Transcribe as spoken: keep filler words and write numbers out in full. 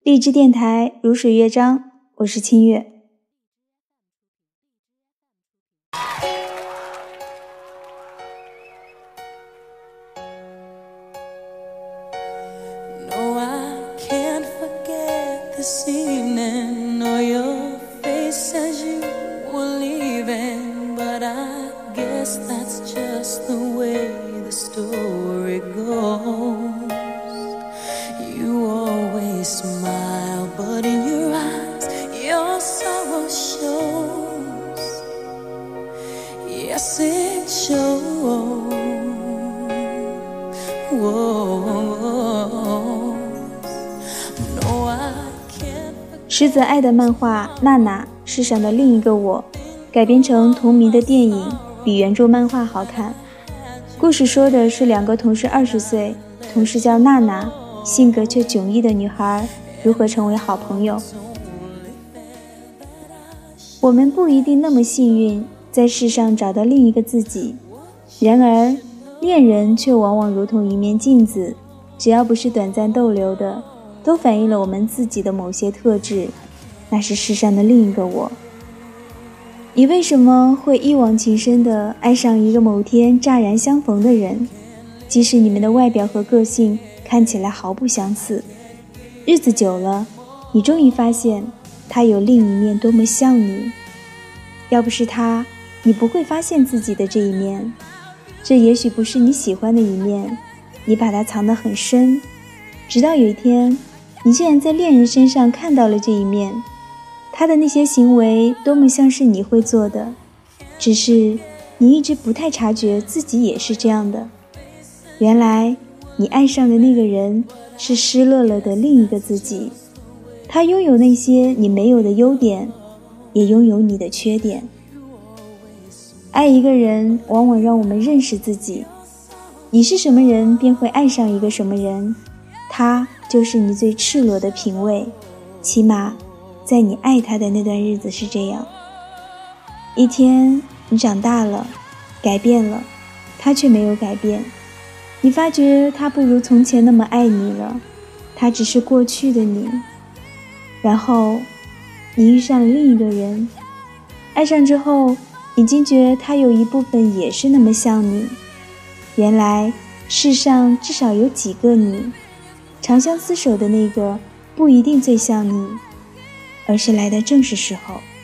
荔枝电台如水乐章，我是清月。 This evening, or your face as you were leaving, but I guess that's just the way the story goes. You always smile, but in your eyes, your sorrow shows. Yes, it shows. Whoa. No, I 石泽爱的漫画《娜娜：世上的另一个我》改编成同名的电影，比原著漫画好看。故事说的是两个同是二十岁、同时叫娜娜、性格却迥异的女孩如何成为好朋友。我们不一定那么幸运，在世上找到另一个自己，然而恋人却往往如同一面镜子，只要不是短暂逗留的，都反映了我们自己的某些特质，那是世上的另一个我。你为什么会一往情深地爱上一个某天乍然相逢的人，即使你们的外表和个性看起来毫不相似，日子久了，你终于发现他有另一面多么像你。要不是他，你不会发现自己的这一面。这也许不是你喜欢的一面，你把它藏得很深，直到有一天你竟然在恋人身上看到了这一面，他的那些行为多么像是你会做的，只是你一直不太察觉自己也是这样的。原来你爱上的那个人是失落了的另一个自己，他拥有那些你没有的优点，也拥有你的缺点。爱一个人往往让我们认识自己，你是什么人便会爱上一个什么人，他就是你最赤裸的品味，起码在你爱他的那段日子是这样。一天你长大了，改变了，他却没有改变，你发觉他不如从前那么爱你了，他只是过去的你。然后你遇上了另一个人，爱上之后你惊觉他有一部分也是那么像你。原来世上至少有几个你，长相厮守的那个不一定最像你，而是来的正是时候。